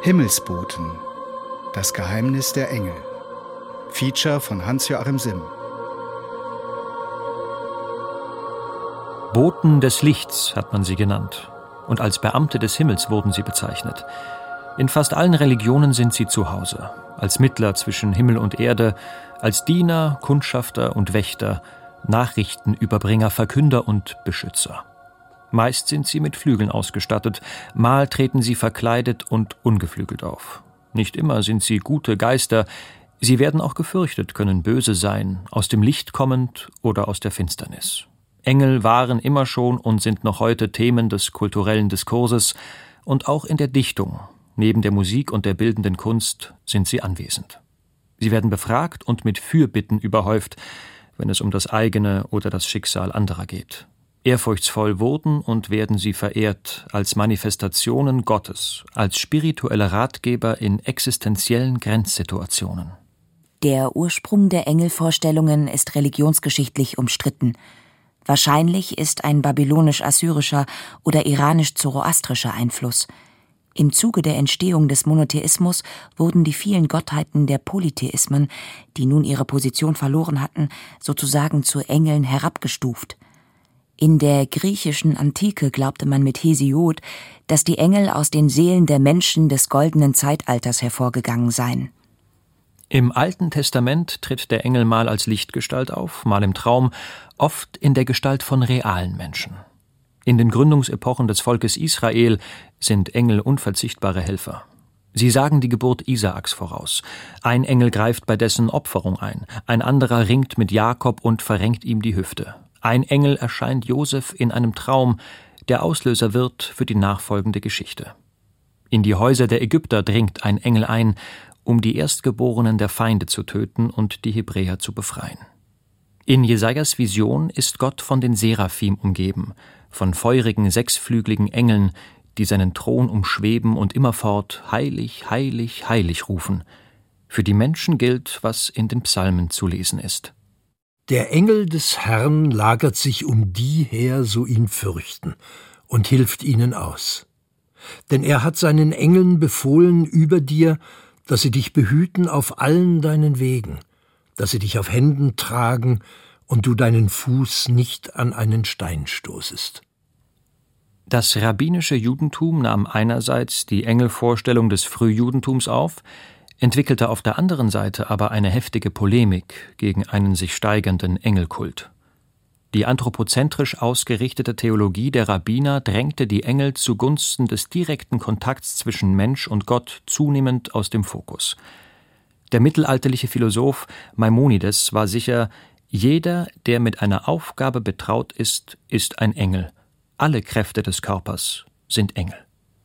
Himmelsboten. Das Geheimnis der Engel. Feature von Hans-Joachim Simm. Boten des Lichts hat man sie genannt. Und als Beamte des Himmels wurden sie bezeichnet. In fast allen Religionen sind sie zu Hause. Als Mittler zwischen Himmel und Erde, als Diener, Kundschafter und Wächter, Nachrichtenüberbringer, Verkünder und Beschützer. Meist sind sie mit Flügeln ausgestattet, mal treten sie verkleidet und ungeflügelt auf. Nicht immer sind sie gute Geister, sie werden auch gefürchtet, können böse sein, aus dem Licht kommend oder aus der Finsternis. Engel waren immer schon und sind noch heute Themen des kulturellen Diskurses und auch in der Dichtung. Neben der Musik und der bildenden Kunst sind sie anwesend. Sie werden befragt und mit Fürbitten überhäuft, wenn es um das eigene oder das Schicksal anderer geht. Ehrfurchtsvoll wurden und werden sie verehrt als Manifestationen Gottes, als spirituelle Ratgeber in existenziellen Grenzsituationen. Der Ursprung der Engelvorstellungen ist religionsgeschichtlich umstritten. Wahrscheinlich ist ein babylonisch-assyrischer oder iranisch-zoroastrischer Einfluss. Im Zuge der Entstehung des Monotheismus wurden die vielen Gottheiten der Polytheismen, die nun ihre Position verloren hatten, sozusagen zu Engeln herabgestuft. In der griechischen Antike glaubte man mit Hesiod, dass die Engel aus den Seelen der Menschen des goldenen Zeitalters hervorgegangen seien. Im Alten Testament tritt der Engel mal als Lichtgestalt auf, mal im Traum, oft in der Gestalt von realen Menschen. In den Gründungsepochen des Volkes Israel sind Engel unverzichtbare Helfer. Sie sagen die Geburt Isaaks voraus. Ein Engel greift bei dessen Opferung ein anderer ringt mit Jakob und verrenkt ihm die Hüfte. Ein Engel erscheint Josef in einem Traum, der Auslöser wird für die nachfolgende Geschichte. In die Häuser der Ägypter dringt ein Engel ein, um die Erstgeborenen der Feinde zu töten und die Hebräer zu befreien. In Jesajas Vision ist Gott von den Seraphim umgeben, von feurigen, sechsflügeligen Engeln, die seinen Thron umschweben und immerfort heilig, heilig, heilig rufen. Für die Menschen gilt, was in den Psalmen zu lesen ist. Der Engel des Herrn lagert sich um die her, so ihn fürchten, und hilft ihnen aus. Denn er hat seinen Engeln befohlen über dir, dass sie dich behüten auf allen deinen Wegen, dass sie dich auf Händen tragen und du deinen Fuß nicht an einen Stein stoßest. Das rabbinische Judentum nahm einerseits die Engelvorstellung des Frühjudentums auf, entwickelte auf der anderen Seite aber eine heftige Polemik gegen einen sich steigernden Engelkult. Die anthropozentrisch ausgerichtete Theologie der Rabbiner drängte die Engel zugunsten des direkten Kontakts zwischen Mensch und Gott zunehmend aus dem Fokus. Der mittelalterliche Philosoph Maimonides war sicher, jeder, der mit einer Aufgabe betraut ist, ist ein Engel. Alle Kräfte des Körpers sind Engel.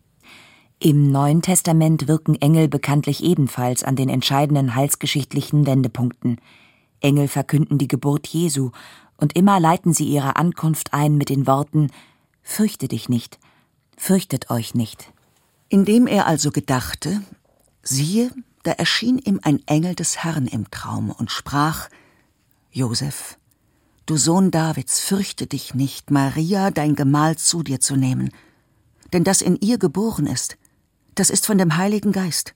Im Neuen Testament wirken Engel bekanntlich ebenfalls an den entscheidenden heilsgeschichtlichen Wendepunkten. Engel verkünden die Geburt Jesu und immer leiten sie ihre Ankunft ein mit den Worten: Fürchte dich nicht, fürchtet euch nicht. Indem er also gedachte, siehe, da erschien ihm ein Engel des Herrn im Traum und sprach: Josef, du Sohn Davids, fürchte dich nicht, Maria, dein Gemahl, zu dir zu nehmen. Denn das in ihr geboren ist, das ist von dem Heiligen Geist.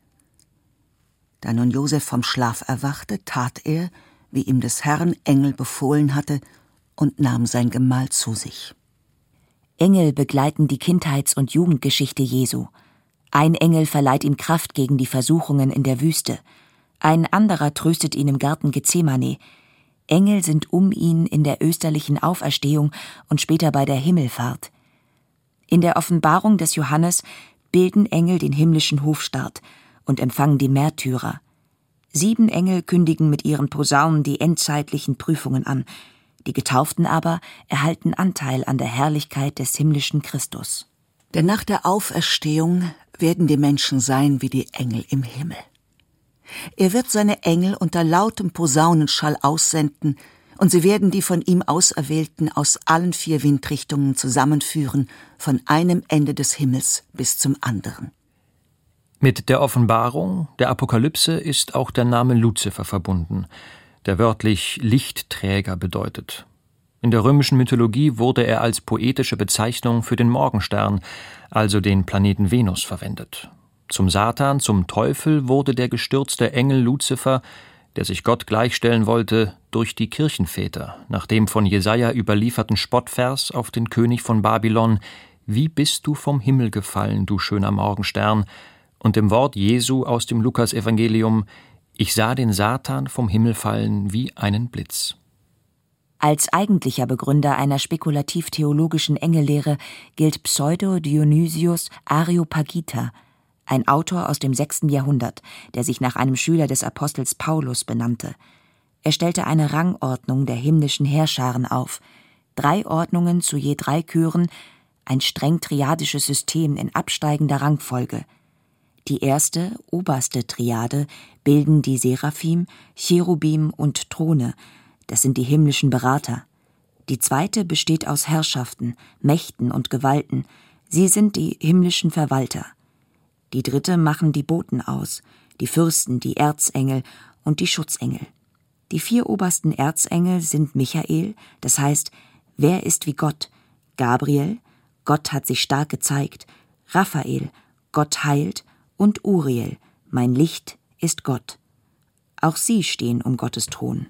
Da nun Josef vom Schlaf erwachte, tat er, wie ihm des Herrn Engel befohlen hatte, und nahm sein Gemahl zu sich. Engel begleiten die Kindheits- und Jugendgeschichte Jesu. Ein Engel verleiht ihm Kraft gegen die Versuchungen in der Wüste. Ein anderer tröstet ihn im Garten Gethsemane. Engel sind um ihn in der österlichen Auferstehung und später bei der Himmelfahrt. In der Offenbarung des Johannes bilden Engel den himmlischen Hofstaat und empfangen die Märtyrer. 7 Engel kündigen mit ihren Posaunen die endzeitlichen Prüfungen an. Die Getauften aber erhalten Anteil an der Herrlichkeit des himmlischen Christus. Denn nach der Auferstehung werden die Menschen sein wie die Engel im Himmel. Er wird seine Engel unter lautem Posaunenschall aussenden, und sie werden die von ihm Auserwählten aus allen 4 Windrichtungen zusammenführen, von einem Ende des Himmels bis zum anderen. Mit der Offenbarung, der Apokalypse, ist auch der Name Luzifer verbunden, der wörtlich Lichtträger bedeutet. In der römischen Mythologie wurde er als poetische Bezeichnung für den Morgenstern, also den Planeten Venus, verwendet. Zum Satan, zum Teufel wurde der gestürzte Engel Luzifer, der sich Gott gleichstellen wollte, durch die Kirchenväter, nach dem von Jesaja überlieferten Spottvers auf den König von Babylon: Wie bist du vom Himmel gefallen, du schöner Morgenstern, und dem Wort Jesu aus dem Lukasevangelium: Ich sah den Satan vom Himmel fallen wie einen Blitz. Als eigentlicher Begründer einer spekulativ-theologischen Engellehre gilt Pseudo-Dionysius Areopagita, ein Autor aus dem 6. Jahrhundert, der sich nach einem Schüler des Apostels Paulus benannte. Er stellte eine Rangordnung der himmlischen Heerscharen auf, 3 Ordnungen zu je 3 Chören, ein streng triadisches System in absteigender Rangfolge. Die erste, oberste Triade bilden die Seraphim, Cherubim und Throne, das sind die himmlischen Berater. Die zweite besteht aus Herrschaften, Mächten und Gewalten, sie sind die himmlischen Verwalter. Die dritte machen die Boten aus, die Fürsten, die Erzengel und die Schutzengel. Die 4 obersten Erzengel sind Michael, das heißt, wer ist wie Gott, Gabriel, Gott hat sich stark gezeigt, Raphael, Gott heilt, und Uriel, mein Licht ist Gott. Auch sie stehen um Gottes Thron.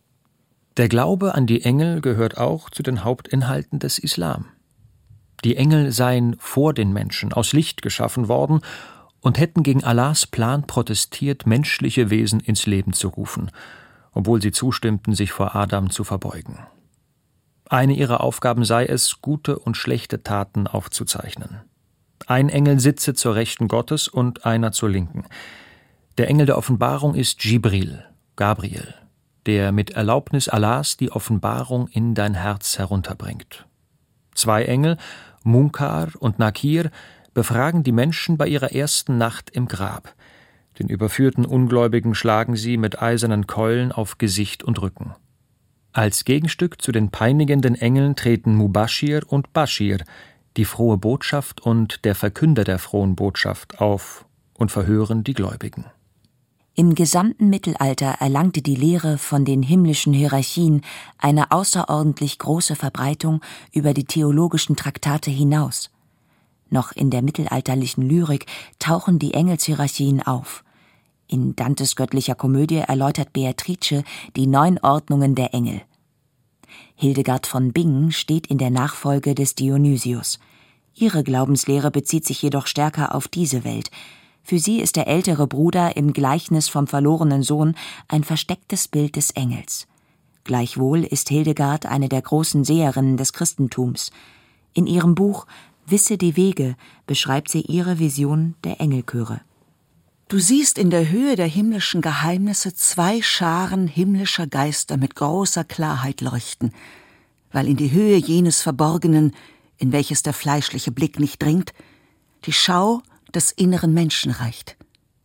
Der Glaube an die Engel gehört auch zu den Hauptinhalten des Islam. Die Engel seien vor den Menschen aus Licht geschaffen worden und hätten gegen Allahs Plan protestiert, menschliche Wesen ins Leben zu rufen, obwohl sie zustimmten, sich vor Adam zu verbeugen. Eine ihrer Aufgaben sei es, gute und schlechte Taten aufzuzeichnen. Ein Engel sitze zur Rechten Gottes und einer zur Linken. Der Engel der Offenbarung ist Jibril, Gabriel, der mit Erlaubnis Allahs die Offenbarung in dein Herz herunterbringt. 2 Engel, Munkar und Nakir, befragen die Menschen bei ihrer ersten Nacht im Grab. Den überführten Ungläubigen schlagen sie mit eisernen Keulen auf Gesicht und Rücken. Als Gegenstück zu den peinigenden Engeln treten Mubashir und Bashir, die frohe Botschaft und der Verkünder der frohen Botschaft, auf und verhören die Gläubigen. Im gesamten Mittelalter erlangte die Lehre von den himmlischen Hierarchien eine außerordentlich große Verbreitung über die theologischen Traktate hinaus. Noch in der mittelalterlichen Lyrik tauchen die Engelshierarchien auf. In Dantes göttlicher Komödie erläutert Beatrice die 9 Ordnungen der Engel. Hildegard von Bingen steht in der Nachfolge des Dionysius. Ihre Glaubenslehre bezieht sich jedoch stärker auf diese Welt. Für sie ist der ältere Bruder im Gleichnis vom verlorenen Sohn ein verstecktes Bild des Engels. Gleichwohl ist Hildegard eine der großen Seherinnen des Christentums. In ihrem Buch »Wisse die Wege« beschreibt sie ihre Vision der Engelchöre. Du siehst in der Höhe der himmlischen Geheimnisse 2 Scharen himmlischer Geister mit großer Klarheit leuchten, weil in die Höhe jenes Verborgenen, in welches der fleischliche Blick nicht dringt, die Schau des inneren Menschen reicht.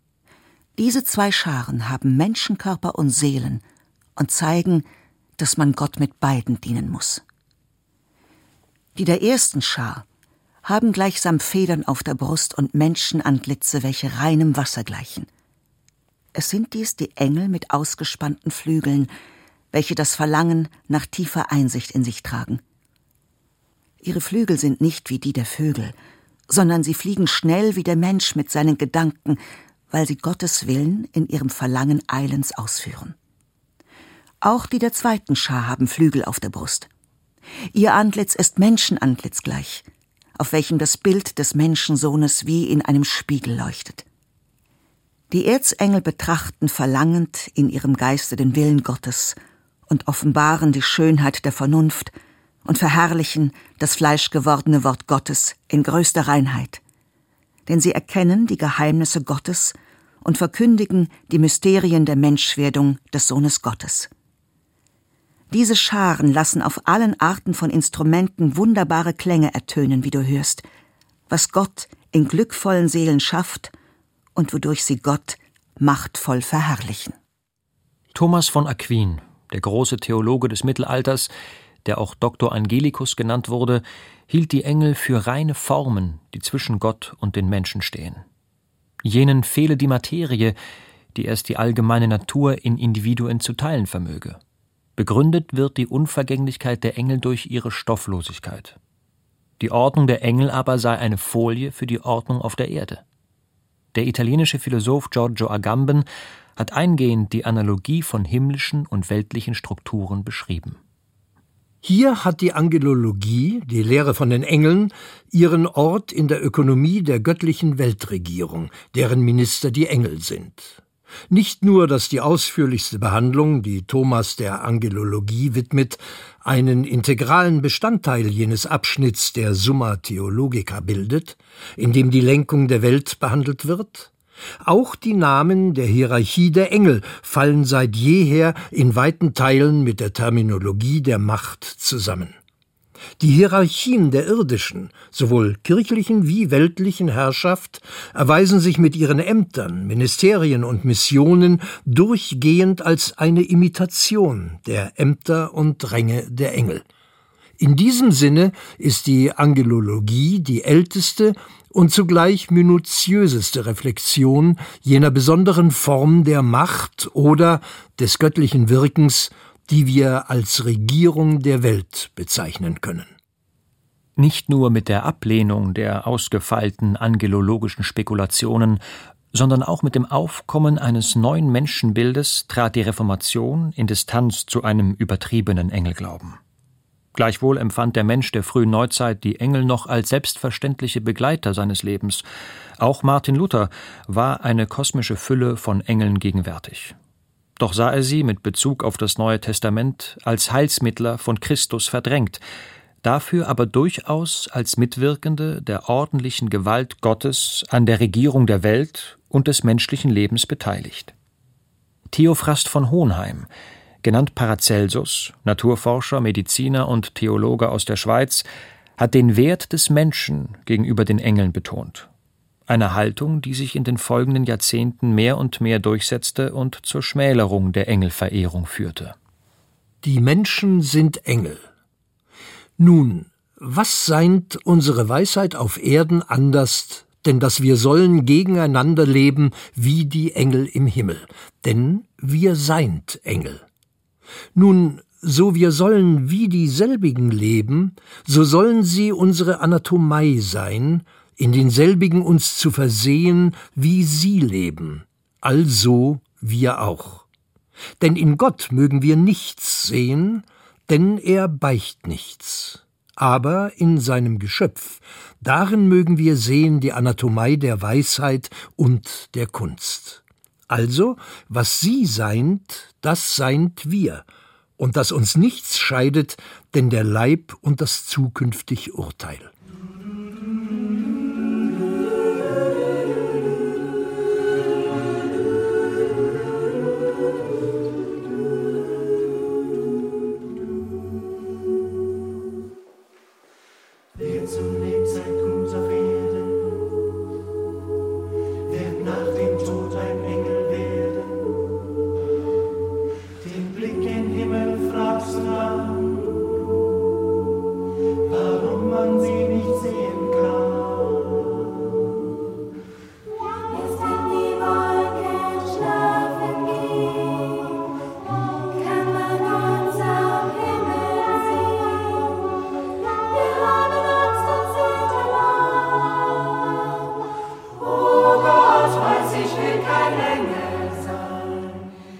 Diese 2 Scharen haben Menschenkörper und Seelen und zeigen, dass man Gott mit beiden dienen muss. Die der ersten Schar haben gleichsam Federn auf der Brust und Menschenantlitze, welche reinem Wasser gleichen. Es sind dies die Engel mit ausgespannten Flügeln, welche das Verlangen nach tiefer Einsicht in sich tragen. Ihre Flügel sind nicht wie die der Vögel, sondern sie fliegen schnell wie der Mensch mit seinen Gedanken, weil sie Gottes Willen in ihrem Verlangen eilends ausführen. Auch die der zweiten Schar haben Flügel auf der Brust. Ihr Antlitz ist Menschenantlitz gleich, auf welchem das Bild des Menschensohnes wie in einem Spiegel leuchtet. Die Erzengel betrachten verlangend in ihrem Geiste den Willen Gottes und offenbaren die Schönheit der Vernunft und verherrlichen das fleischgewordene Wort Gottes in größter Reinheit. Denn sie erkennen die Geheimnisse Gottes und verkündigen die Mysterien der Menschwerdung des Sohnes Gottes. Diese Scharen lassen auf allen Arten von Instrumenten wunderbare Klänge ertönen, wie du hörst, was Gott in glückvollen Seelen schafft und wodurch sie Gott machtvoll verherrlichen. Thomas von Aquin, der große Theologe des Mittelalters, der auch Doctor Angelicus genannt wurde, hielt die Engel für reine Formen, die zwischen Gott und den Menschen stehen. Jenen fehle die Materie, die erst die allgemeine Natur in Individuen zu teilen vermöge. Begründet wird die Unvergänglichkeit der Engel durch ihre Stofflosigkeit. Die Ordnung der Engel aber sei eine Folie für die Ordnung auf der Erde. Der italienische Philosoph Giorgio Agamben hat eingehend die Analogie von himmlischen und weltlichen Strukturen beschrieben. Hier hat die Angelologie, die Lehre von den Engeln, ihren Ort in der Ökonomie der göttlichen Weltregierung, deren Minister die Engel sind. Nicht nur, dass die ausführlichste Behandlung, die Thomas der Angelologie widmet, einen integralen Bestandteil jenes Abschnitts der Summa Theologica bildet, in dem die Lenkung der Welt behandelt wird, auch die Namen der Hierarchie der Engel fallen seit jeher in weiten Teilen mit der Terminologie der Macht zusammen. Die Hierarchien der irdischen, sowohl kirchlichen wie weltlichen Herrschaft erweisen sich mit ihren Ämtern, Ministerien und Missionen durchgehend als eine Imitation der Ämter und Ränge der Engel. In diesem Sinne ist die Angelologie die älteste und zugleich minutiöseste Reflexion jener besonderen Form der Macht oder des göttlichen Wirkens, die wir als Regierung der Welt bezeichnen können. Nicht nur mit der Ablehnung der ausgefeilten angelologischen Spekulationen, sondern auch mit dem Aufkommen eines neuen Menschenbildes trat die Reformation in Distanz zu einem übertriebenen Engelglauben. Gleichwohl empfand der Mensch der frühen Neuzeit die Engel noch als selbstverständliche Begleiter seines Lebens. Auch Martin Luther war eine kosmische Fülle von Engeln gegenwärtig. Doch sah er sie mit Bezug auf das Neue Testament als Heilsmittler von Christus verdrängt, dafür aber durchaus als Mitwirkende der ordentlichen Gewalt Gottes an der Regierung der Welt und des menschlichen Lebens beteiligt. Theophrast von Hohenheim, genannt Paracelsus, Naturforscher, Mediziner und Theologe aus der Schweiz, hat den Wert des Menschen gegenüber den Engeln betont. Eine Haltung, die sich in den folgenden Jahrzehnten mehr und mehr durchsetzte und zur Schmälerung der Engelverehrung führte. Die Menschen sind Engel. Nun, was seint unsere Weisheit auf Erden anders, denn dass wir sollen gegeneinander leben wie die Engel im Himmel, denn wir seint Engel. Nun, so wir sollen wie dieselbigen leben, so sollen sie unsere Anatomei sein, in denselbigen uns zu versehen, wie sie leben, also wir auch. Denn in Gott mögen wir nichts sehen, denn er beicht nichts. Aber in seinem Geschöpf, darin mögen wir sehen die Anatomei der Weisheit und der Kunst. Also, was sie seint, das seint wir, und dass uns nichts scheidet, denn der Leib und das zukünftig Urteil. Wer zum Lebzeitpunkt auf Erden wird nach dem Tod ein Engel werden. Den Blick in den Himmel fragst du an, warum man sie nicht sehen kann. Erst wenn die Wolken schlafen gehen, kann man uns am Himmel sehen. Wir haben Angst und sind allein. Oh Gott, weiß ich will kein Engel sein.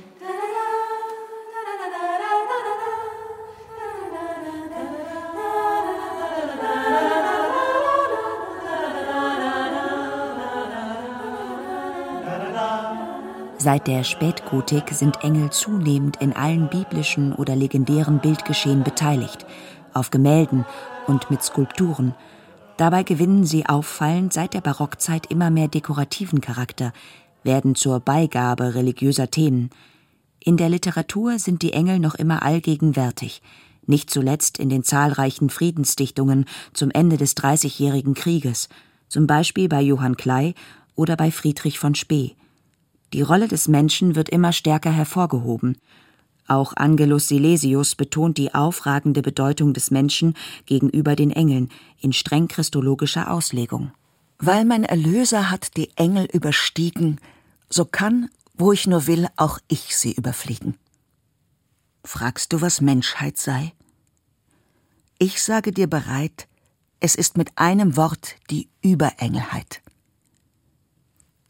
Seit der Spätgotik sind Engel zunehmend in allen biblischen oder legendären Bildgeschehen beteiligt, auf Gemälden und mit Skulpturen. Dabei gewinnen sie auffallend seit der Barockzeit immer mehr dekorativen Charakter, werden zur Beigabe religiöser Themen. In der Literatur sind die Engel noch immer allgegenwärtig, nicht zuletzt in den zahlreichen Friedensdichtungen zum Ende des Dreißigjährigen Krieges, zum Beispiel bei Johann Kley oder bei Friedrich von Spee. Die Rolle des Menschen wird immer stärker hervorgehoben. Auch Angelus Silesius betont die aufragende Bedeutung des Menschen gegenüber den Engeln in streng christologischer Auslegung. Weil mein Erlöser hat die Engel überstiegen, so kann, wo ich nur will, auch ich sie überfliegen. Fragst du, was Menschheit sei? Ich sage dir bereit, es ist mit einem Wort die Überengelheit.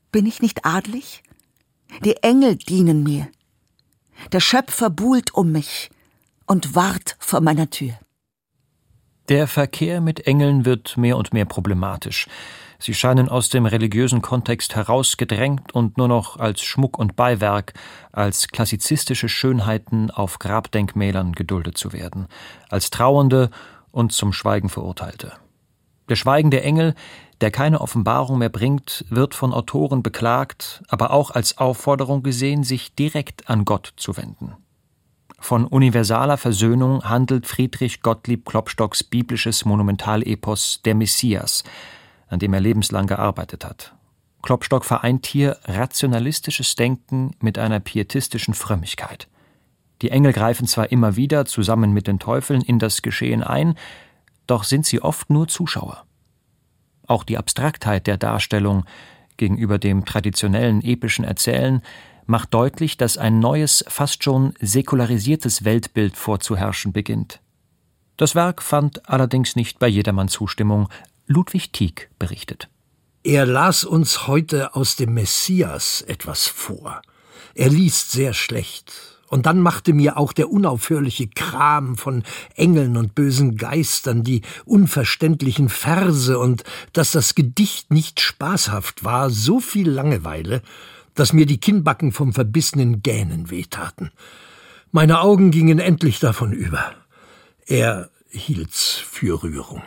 Bin ich nicht adelig? Die Engel dienen mir. Der Schöpfer buhlt um mich und wahrt vor meiner Tür. Der Verkehr mit Engeln wird mehr und mehr problematisch. Sie scheinen aus dem religiösen Kontext herausgedrängt und nur noch als Schmuck und Beiwerk, als klassizistische Schönheiten auf Grabdenkmälern geduldet zu werden, als Trauernde und zum Schweigen Verurteilte. Der schweigende Engel, der keine Offenbarung mehr bringt, wird von Autoren beklagt, aber auch als Aufforderung gesehen, sich direkt an Gott zu wenden. Von universaler Versöhnung handelt Friedrich Gottlieb Klopstocks biblisches Monumentalepos Der Messias, an dem er lebenslang gearbeitet hat. Klopstock vereint hier rationalistisches Denken mit einer pietistischen Frömmigkeit. Die Engel greifen zwar immer wieder zusammen mit den Teufeln in das Geschehen ein, doch sind sie oft nur Zuschauer. Auch die Abstraktheit der Darstellung gegenüber dem traditionellen epischen Erzählen macht deutlich, dass ein neues, fast schon säkularisiertes Weltbild vorzuherrschen beginnt. Das Werk fand allerdings nicht bei jedermann Zustimmung. Ludwig Tieck berichtet. Er las uns heute aus dem Messias etwas vor. Er liest sehr schlecht. Und dann machte mir auch der unaufhörliche Kram von Engeln und bösen Geistern, die unverständlichen Verse und dass das Gedicht nicht spaßhaft war, so viel Langeweile, dass mir die Kinnbacken vom verbissenen Gähnen wehtaten. Meine Augen gingen endlich davon über. Er hielt's für Rührung.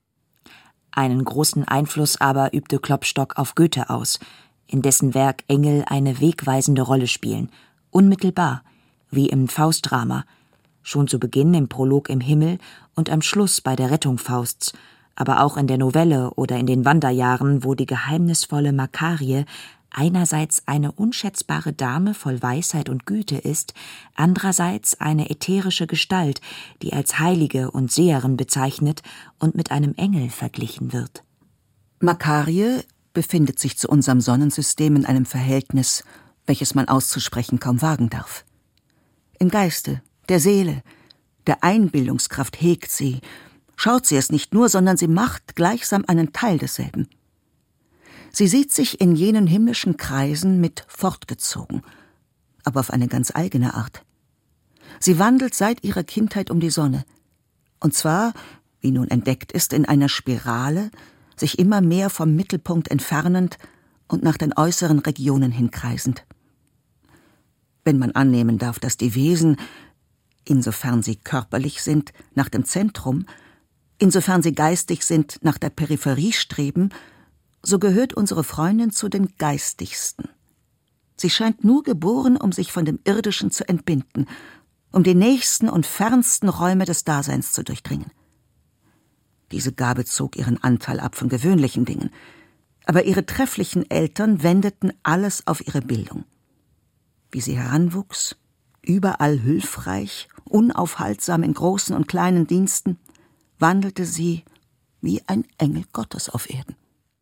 Einen großen Einfluss aber übte Klopstock auf Goethe aus, in dessen Werk Engel eine wegweisende Rolle spielen, unmittelbar, wie im Faustdrama, schon zu Beginn im Prolog im Himmel und am Schluss bei der Rettung Fausts, aber auch in der Novelle oder in den Wanderjahren, wo die geheimnisvolle Makarie einerseits eine unschätzbare Dame voll Weisheit und Güte ist, andererseits eine ätherische Gestalt, die als Heilige und Seherin bezeichnet und mit einem Engel verglichen wird. Makarie befindet sich zu unserem Sonnensystem in einem Verhältnis, welches man auszusprechen kaum wagen darf. Im Geiste, der Seele, der Einbildungskraft hegt sie, schaut sie es nicht nur, sondern sie macht gleichsam einen Teil desselben. Sie sieht sich in jenen himmlischen Kreisen mit fortgezogen, aber auf eine ganz eigene Art. Sie wandelt seit ihrer Kindheit um die Sonne, und zwar, wie nun entdeckt ist, in einer Spirale, sich immer mehr vom Mittelpunkt entfernend und nach den äußeren Regionen hinkreisend. Wenn man annehmen darf, dass die Wesen, insofern sie körperlich sind, nach dem Zentrum, insofern sie geistig sind, nach der Peripherie streben, so gehört unsere Freundin zu den geistigsten. Sie scheint nur geboren, um sich von dem Irdischen zu entbinden, um die nächsten und fernsten Räume des Daseins zu durchdringen. Diese Gabe zog ihren Anteil ab von gewöhnlichen Dingen, aber ihre trefflichen Eltern wendeten alles auf ihre Bildung. Wie sie heranwuchs, überall hilfreich, unaufhaltsam in großen und kleinen Diensten, wandelte sie wie ein Engel Gottes auf Erden.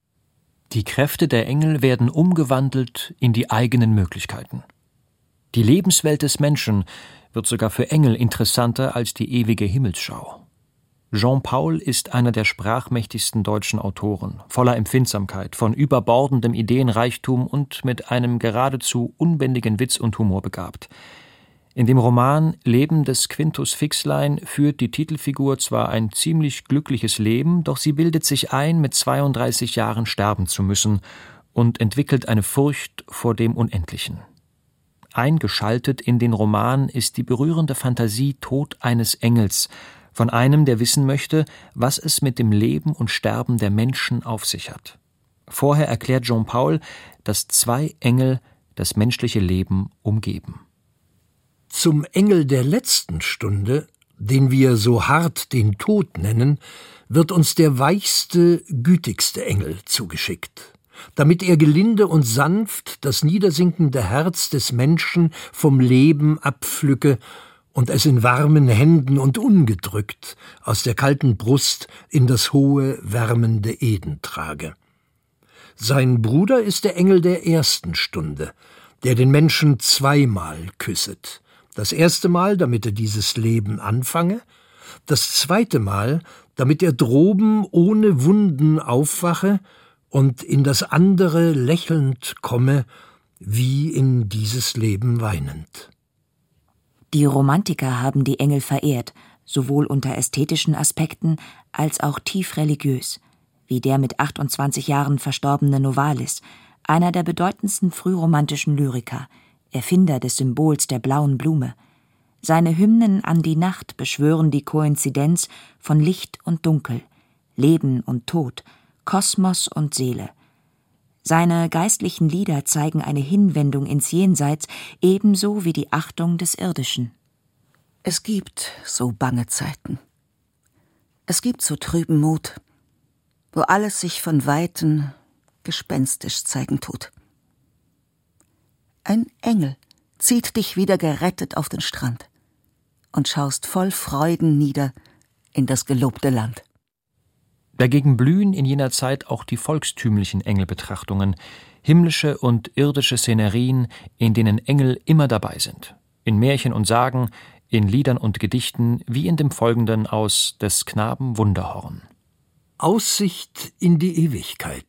Die Kräfte der Engel werden umgewandelt in die eigenen Möglichkeiten. Die Lebenswelt des Menschen wird sogar für Engel interessanter als die ewige Himmelsschau. Jean Paul ist einer der sprachmächtigsten deutschen Autoren, voller Empfindsamkeit, von überbordendem Ideenreichtum und mit einem geradezu unbändigen Witz und Humor begabt. In dem Roman Leben des Quintus Fixlein führt die Titelfigur zwar ein ziemlich glückliches Leben, doch sie bildet sich ein, mit 32 Jahren sterben zu müssen und entwickelt eine Furcht vor dem Unendlichen. Eingeschaltet in den Roman ist die berührende Fantasie Tod eines Engels, von einem, der wissen möchte, was es mit dem Leben und Sterben der Menschen auf sich hat. Vorher erklärt Jean Paul, dass 2 Engel das menschliche Leben umgeben. Zum Engel der letzten Stunde, den wir so hart den Tod nennen, wird uns der weichste, gütigste Engel zugeschickt, damit er gelinde und sanft das niedersinkende Herz des Menschen vom Leben abpflücke und es in warmen Händen und ungedrückt aus der kalten Brust in das hohe, wärmende Eden trage. Sein Bruder ist der Engel der ersten Stunde, der den Menschen 2-mal küsset. Das erste Mal, damit er dieses Leben anfange, das zweite Mal, damit er droben ohne Wunden aufwache und in das andere lächelnd komme, wie in dieses Leben weinend. Die Romantiker haben die Engel verehrt, sowohl unter ästhetischen Aspekten als auch tief religiös, wie der mit 28 Jahren verstorbene Novalis, einer der bedeutendsten frühromantischen Lyriker, Erfinder des Symbols der blauen Blume. Seine Hymnen an die Nacht beschwören die Koinzidenz von Licht und Dunkel, Leben und Tod, Kosmos und Seele. Seine geistlichen Lieder zeigen eine Hinwendung ins Jenseits, ebenso wie die Achtung des Irdischen. Es gibt so bange Zeiten. Es gibt so trüben Mut, wo alles sich von Weitem gespenstisch zeigen tut. Ein Engel zieht dich wieder gerettet auf den Strand und schaust voll Freuden nieder in das gelobte Land. Dagegen blühen in jener Zeit auch die volkstümlichen Engelbetrachtungen, himmlische und irdische Szenerien, in denen Engel immer dabei sind, in Märchen und Sagen, in Liedern und Gedichten, wie in dem folgenden aus des Knaben Wunderhorn. Aussicht in die Ewigkeit.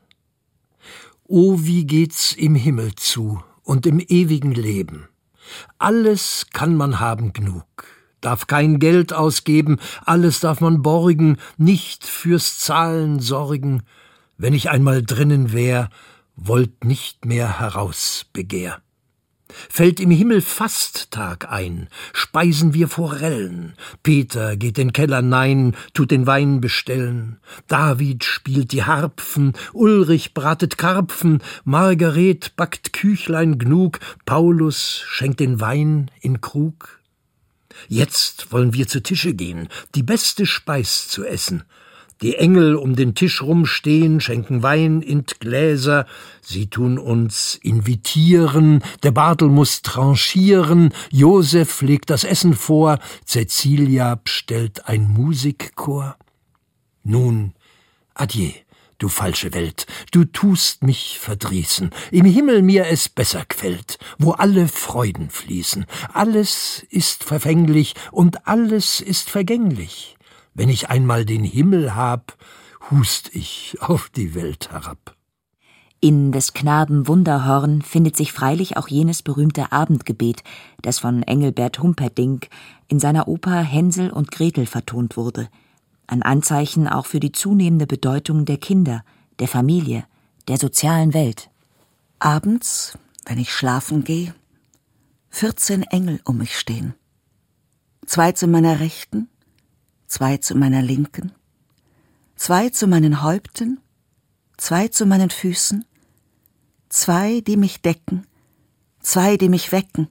O, wie geht's im Himmel zu und im ewigen Leben. Alles kann man haben genug, darf kein Geld ausgeben, alles darf man borgen, nicht fürs Zahlen sorgen. Wenn ich einmal drinnen wär, wollt nicht mehr heraus begehr. Fällt im Himmel Fasttag ein, speisen wir Forellen. Peter geht in Keller nein, tut den Wein bestellen. David spielt die Harpfen, Ulrich bratet Karpfen, Margaret backt Küchlein gnug, Paulus schenkt den Wein in Krug. Jetzt wollen wir zu Tische gehen, die beste Speis zu essen. Die Engel um den Tisch rumstehen, schenken Wein in Gläser. Sie tun uns invitieren, der Bartel muss tranchieren, Josef legt das Essen vor, Cäcilia bestellt ein Musikchor. Nun, adieu, du falsche Welt, du tust mich verdrießen, im Himmel mir es besser gefällt, wo alle Freuden fließen. Alles ist verfänglich und alles ist vergänglich. Wenn ich einmal den Himmel hab, hust ich auf die Welt herab. In des Knaben Wunderhorn findet sich freilich auch jenes berühmte Abendgebet, das von Engelbert Humperdinck in seiner Oper Hänsel und Gretel vertont wurde. Ein Anzeichen auch für die zunehmende Bedeutung der Kinder, der Familie, der sozialen Welt. Abends, wenn ich schlafen gehe, 14 Engel um mich stehen. 2 zu meiner Rechten, 2 zu meiner Linken, 2 zu meinen Häupten, 2 zu meinen Füßen, 2, die mich decken, 2, die mich wecken,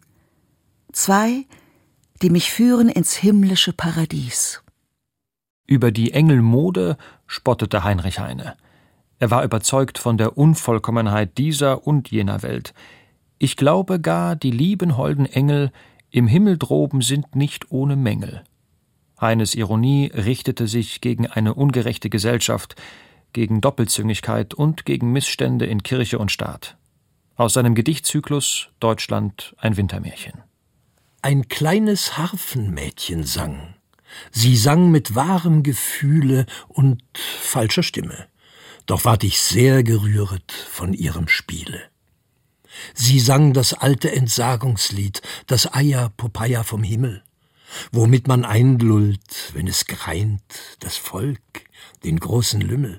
2, die mich führen ins himmlische Paradies. Über die Engelmode spottete Heinrich Heine. Er war überzeugt von der Unvollkommenheit dieser und jener Welt. Ich glaube gar, die lieben holden Engel im Himmel droben sind nicht ohne Mängel. Heines Ironie richtete sich gegen eine ungerechte Gesellschaft, gegen Doppelzüngigkeit und gegen Missstände in Kirche und Staat. Aus seinem Gedichtzyklus Deutschland ein Wintermärchen. Ein kleines Harfenmädchen sang. Sie sang mit wahrem Gefühle und falscher Stimme. Doch ward ich sehr gerühret von ihrem Spiele. Sie sang das alte Entsagungslied, das Eier Popeye vom Himmel, womit man einlullt, wenn es greint, das Volk, den großen Lümmel.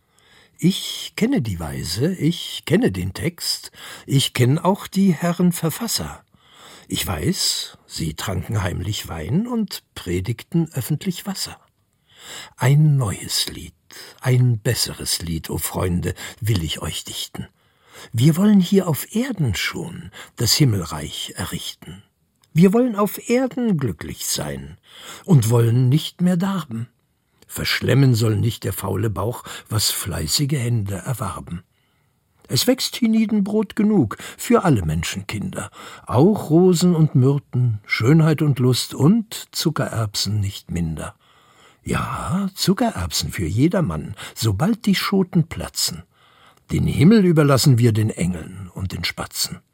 Ich kenne die Weise, ich kenne den Text, ich kenn auch die Herren Verfasser. Ich weiß, sie tranken heimlich Wein und predigten öffentlich Wasser. Ein neues Lied, ein besseres Lied, o Freunde, will ich euch dichten. Wir wollen hier auf Erden schon das Himmelreich errichten. Wir wollen auf Erden glücklich sein und wollen nicht mehr darben. Verschlemmen soll nicht der faule Bauch, was fleißige Hände erwarben. Es wächst hienieden Brot genug für alle Menschenkinder, auch Rosen und Myrten, Schönheit und Lust und Zuckererbsen nicht minder. Ja, Zuckererbsen für jedermann, sobald die Schoten platzen. Den Himmel überlassen wir den Engeln und den Spatzen.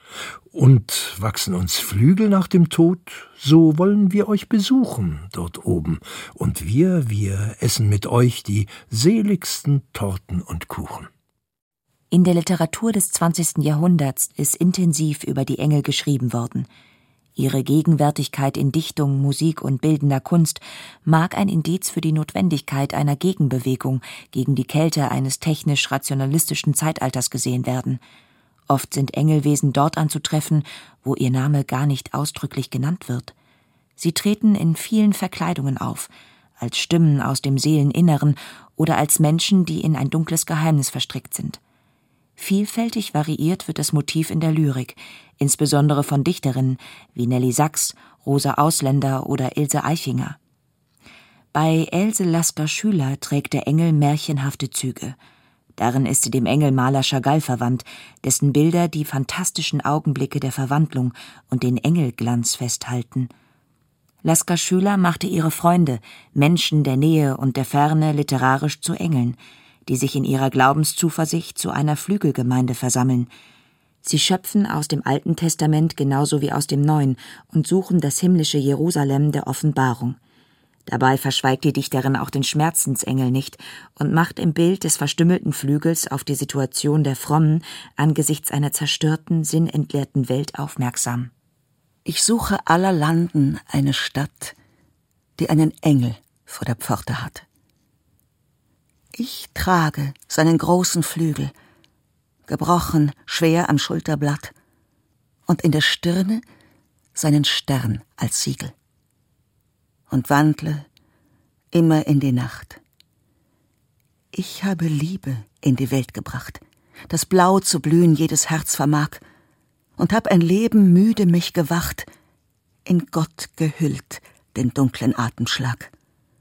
Und wachsen uns Flügel nach dem Tod, so wollen wir euch besuchen dort oben. Und wir essen mit euch die seligsten Torten und Kuchen. In der Literatur des 20. Jahrhunderts ist intensiv über die Engel geschrieben worden. Ihre Gegenwärtigkeit in Dichtung, Musik und bildender Kunst mag ein Indiz für die Notwendigkeit einer Gegenbewegung gegen die Kälte eines technisch-rationalistischen Zeitalters gesehen werden. Oft sind Engelwesen dort anzutreffen, wo ihr Name gar nicht ausdrücklich genannt wird. Sie treten in vielen Verkleidungen auf, als Stimmen aus dem Seeleninneren oder als Menschen, die in ein dunkles Geheimnis verstrickt sind. Vielfältig variiert wird das Motiv in der Lyrik, insbesondere von Dichterinnen wie Nelly Sachs, Rosa Ausländer oder Ilse Aichinger. Bei Else Lasker-Schüler trägt der Engel märchenhafte Züge. Darin ist sie dem Engelmaler Chagall verwandt, dessen Bilder die fantastischen Augenblicke der Verwandlung und den Engelglanz festhalten. Lasker-Schüler machte ihre Freunde, Menschen der Nähe und der Ferne, literarisch zu Engeln, die sich in ihrer Glaubenszuversicht zu einer Flügelgemeinde versammeln. Sie schöpfen aus dem Alten Testament genauso wie aus dem Neuen und suchen das himmlische Jerusalem der Offenbarung. Dabei verschweigt die Dichterin auch den Schmerzensengel nicht und macht im Bild des verstümmelten Flügels auf die Situation der Frommen angesichts einer zerstörten, sinnentleerten Welt aufmerksam. Ich suche aller Landen eine Stadt, die einen Engel vor der Pforte hat. Ich trage seinen großen Flügel, gebrochen, schwer am Schulterblatt, und in der Stirne seinen Stern als Siegel. Und wandle immer in die Nacht. Ich habe Liebe in die Welt gebracht, das Blau zu blühen jedes Herz vermag, und hab ein Leben müde mich gewacht, in Gott gehüllt den dunklen Atemschlag.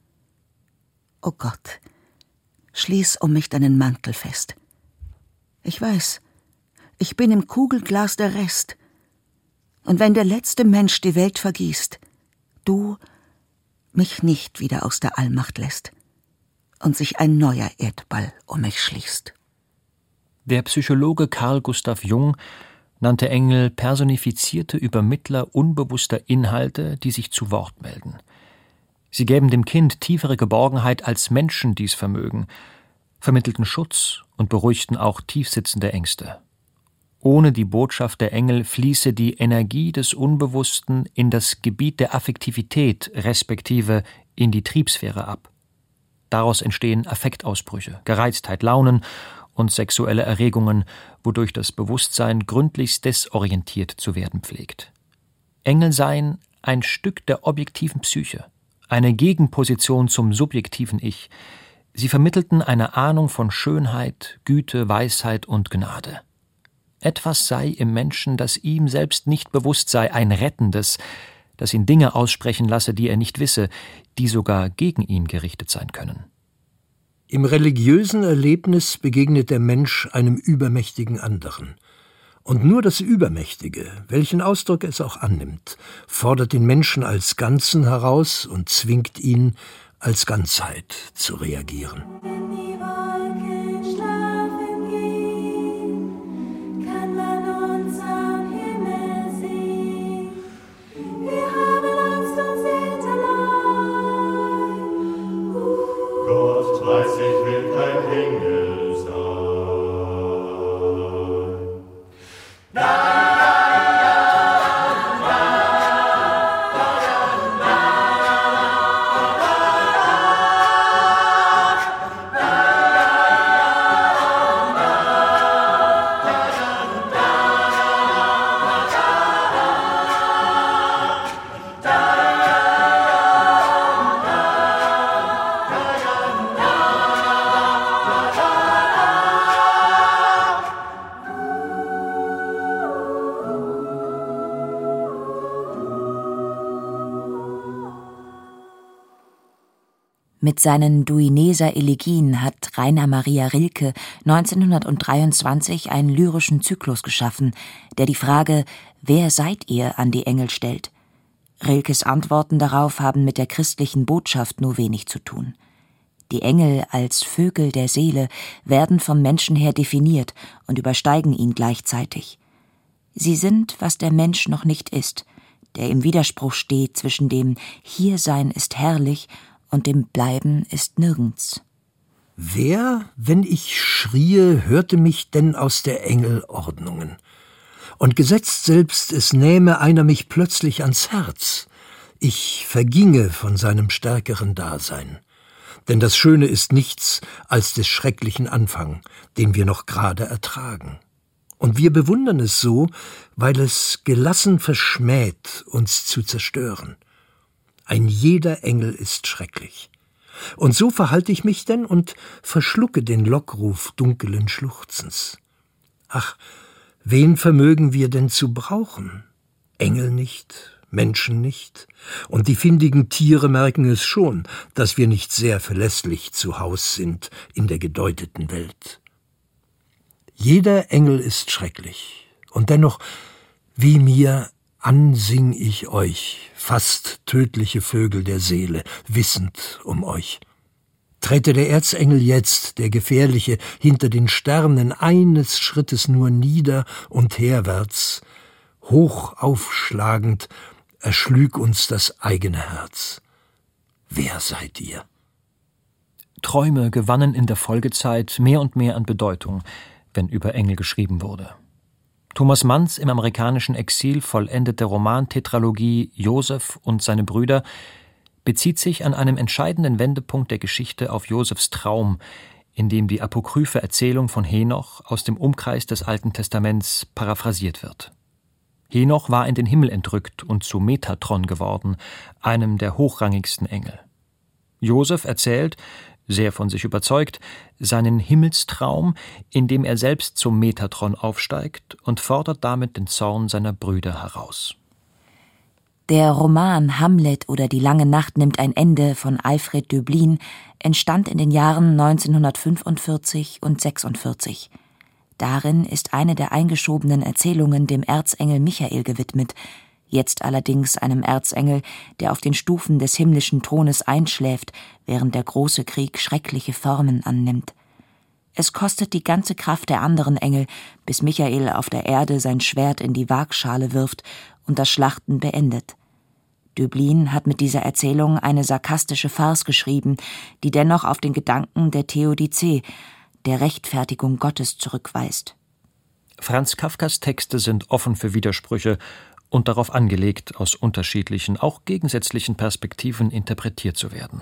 O Gott, schließ um mich deinen Mantel fest. Ich weiß, ich bin im Kugelglas der Rest, und wenn der letzte Mensch die Welt vergießt, du mich nicht wieder aus der Allmacht lässt und sich ein neuer Erdball um mich schließt. Der Psychologe Carl Gustav Jung nannte Engel personifizierte Übermittler unbewusster Inhalte, die sich zu Wort melden. Sie gäben dem Kind tiefere Geborgenheit, als Menschen dies vermögen, vermittelten Schutz und beruhigten auch tiefsitzende Ängste. Ohne die Botschaft der Engel fließe die Energie des Unbewussten in das Gebiet der Affektivität respektive in die Triebsphäre ab. Daraus entstehen Affektausbrüche, Gereiztheit, Launen und sexuelle Erregungen, wodurch das Bewusstsein gründlichst desorientiert zu werden pflegt. Engel seien ein Stück der objektiven Psyche, eine Gegenposition zum subjektiven Ich. Sie vermittelten eine Ahnung von Schönheit, Güte, Weisheit und Gnade. Etwas sei im Menschen, das ihm selbst nicht bewusst sei, ein Rettendes, das ihn Dinge aussprechen lasse, die er nicht wisse, die sogar gegen ihn gerichtet sein können. Im religiösen Erlebnis begegnet der Mensch einem übermächtigen anderen. Und nur das Übermächtige, welchen Ausdruck es auch annimmt, fordert den Menschen als Ganzen heraus und zwingt ihn, als Ganzheit zu reagieren. Wenn die Wolken schlafen gehen, kann man uns am Himmel sehen. Wir haben Angst und sind allein. Gott weiß, ich will kein Engel sein. Mit seinen Duineser Elegien hat Rainer Maria Rilke 1923 einen lyrischen Zyklus geschaffen, der die Frage »Wer seid ihr?« an die Engel stellt. Rilkes Antworten darauf haben mit der christlichen Botschaft nur wenig zu tun. Die Engel als Vögel der Seele werden vom Menschen her definiert und übersteigen ihn gleichzeitig. Sie sind, was der Mensch noch nicht ist, der im Widerspruch steht zwischen dem Hiersein ist herrlich und dem Bleiben ist nirgends. Wer, wenn ich schrie, hörte mich denn aus der Engel Ordnungen? Und gesetzt selbst, es nähme einer mich plötzlich ans Herz, ich verginge von seinem stärkeren Dasein. Denn das Schöne ist nichts als des schrecklichen Anfang, den wir noch gerade ertragen. Und wir bewundern es so, weil es gelassen verschmäht, uns zu zerstören. Ein jeder Engel ist schrecklich. Und so verhalte ich mich denn und verschlucke den Lockruf dunklen Schluchzens. Ach, wen vermögen wir denn zu brauchen? Engel nicht, Menschen nicht, und die findigen Tiere merken es schon, dass wir nicht sehr verlässlich zu Haus sind in der gedeuteten Welt. Jeder Engel ist schrecklich, und dennoch, wie mir ansing ich euch, fast tödliche Vögel der Seele, wissend um euch. Trete der Erzengel jetzt, der Gefährliche, hinter den Sternen eines Schrittes nur nieder und herwärts, hoch aufschlagend, erschlüg uns das eigene Herz. Wer seid ihr? Träume gewannen in der Folgezeit mehr und mehr an Bedeutung, wenn über Engel geschrieben wurde. Thomas Manns im amerikanischen Exil vollendete Roman-Tetralogie Joseph und seine Brüder bezieht sich an einem entscheidenden Wendepunkt der Geschichte auf Josephs Traum, in dem die apokryphe Erzählung von Henoch aus dem Umkreis des Alten Testaments paraphrasiert wird. Henoch war in den Himmel entrückt und zu Metatron geworden, einem der hochrangigsten Engel. Joseph erzählt, sehr von sich überzeugt, seinen Himmelstraum, in dem er selbst zum Metatron aufsteigt und fordert damit den Zorn seiner Brüder heraus. Der Roman Hamlet oder Die lange Nacht nimmt ein Ende von Alfred Döblin entstand in den Jahren 1945 und 46. Darin ist eine der eingeschobenen Erzählungen dem Erzengel Michael gewidmet, jetzt allerdings einem Erzengel, der auf den Stufen des himmlischen Thrones einschläft, während der große Krieg schreckliche Formen annimmt. Es kostet die ganze Kraft der anderen Engel, bis Michael auf der Erde sein Schwert in die Waagschale wirft und das Schlachten beendet. Döblin hat mit dieser Erzählung eine sarkastische Farce geschrieben, die dennoch auf den Gedanken der Theodizee, der Rechtfertigung Gottes, zurückweist. Franz Kafkas Texte sind offen für Widersprüche und darauf angelegt, aus unterschiedlichen, auch gegensätzlichen Perspektiven interpretiert zu werden.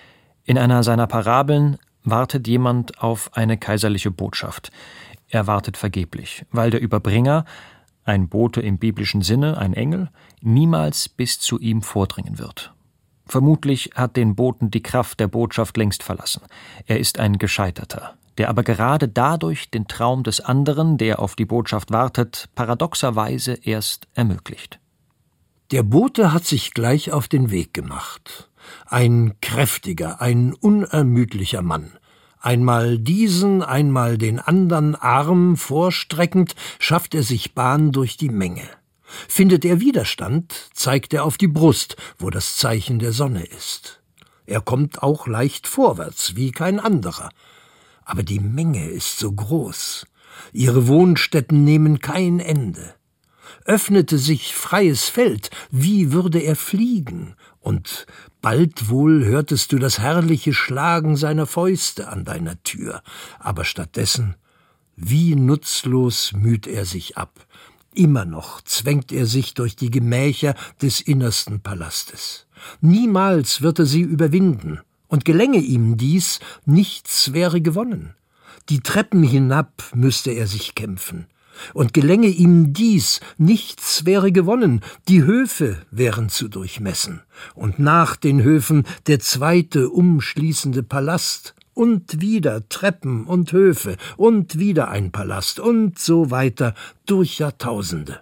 In einer seiner Parabeln wartet jemand auf eine kaiserliche Botschaft. Er wartet vergeblich, weil der Überbringer, ein Bote im biblischen Sinne, ein Engel, niemals bis zu ihm vordringen wird. Vermutlich hat den Boten die Kraft der Botschaft längst verlassen. Er ist ein Gescheiterter, der aber gerade dadurch den Traum des anderen, der auf die Botschaft wartet, paradoxerweise erst ermöglicht. Der Bote hat sich gleich auf den Weg gemacht. Ein kräftiger, ein unermüdlicher Mann. Einmal diesen, einmal den andern Arm vorstreckend, schafft er sich Bahn durch die Menge. Findet er Widerstand, zeigt er auf die Brust, wo das Zeichen der Sonne ist. Er kommt auch leicht vorwärts, wie kein anderer. Aber die Menge ist so groß. Ihre Wohnstätten nehmen kein Ende. Öffnete sich freies Feld, wie würde er fliegen, und bald wohl hörtest du das herrliche Schlagen seiner Fäuste an deiner Tür, aber stattdessen, wie nutzlos müht er sich ab. Immer noch zwängt er sich durch die Gemächer des innersten Palastes. Niemals wird er sie überwinden, und gelänge ihm dies, nichts wäre gewonnen. Die Treppen hinab müsste er sich kämpfen. Und gelänge ihm dies, nichts wäre gewonnen, die Höfe wären zu durchmessen, und nach den Höfen der zweite umschließende Palast, und wieder Treppen und Höfe, und wieder ein Palast, und so weiter durch Jahrtausende.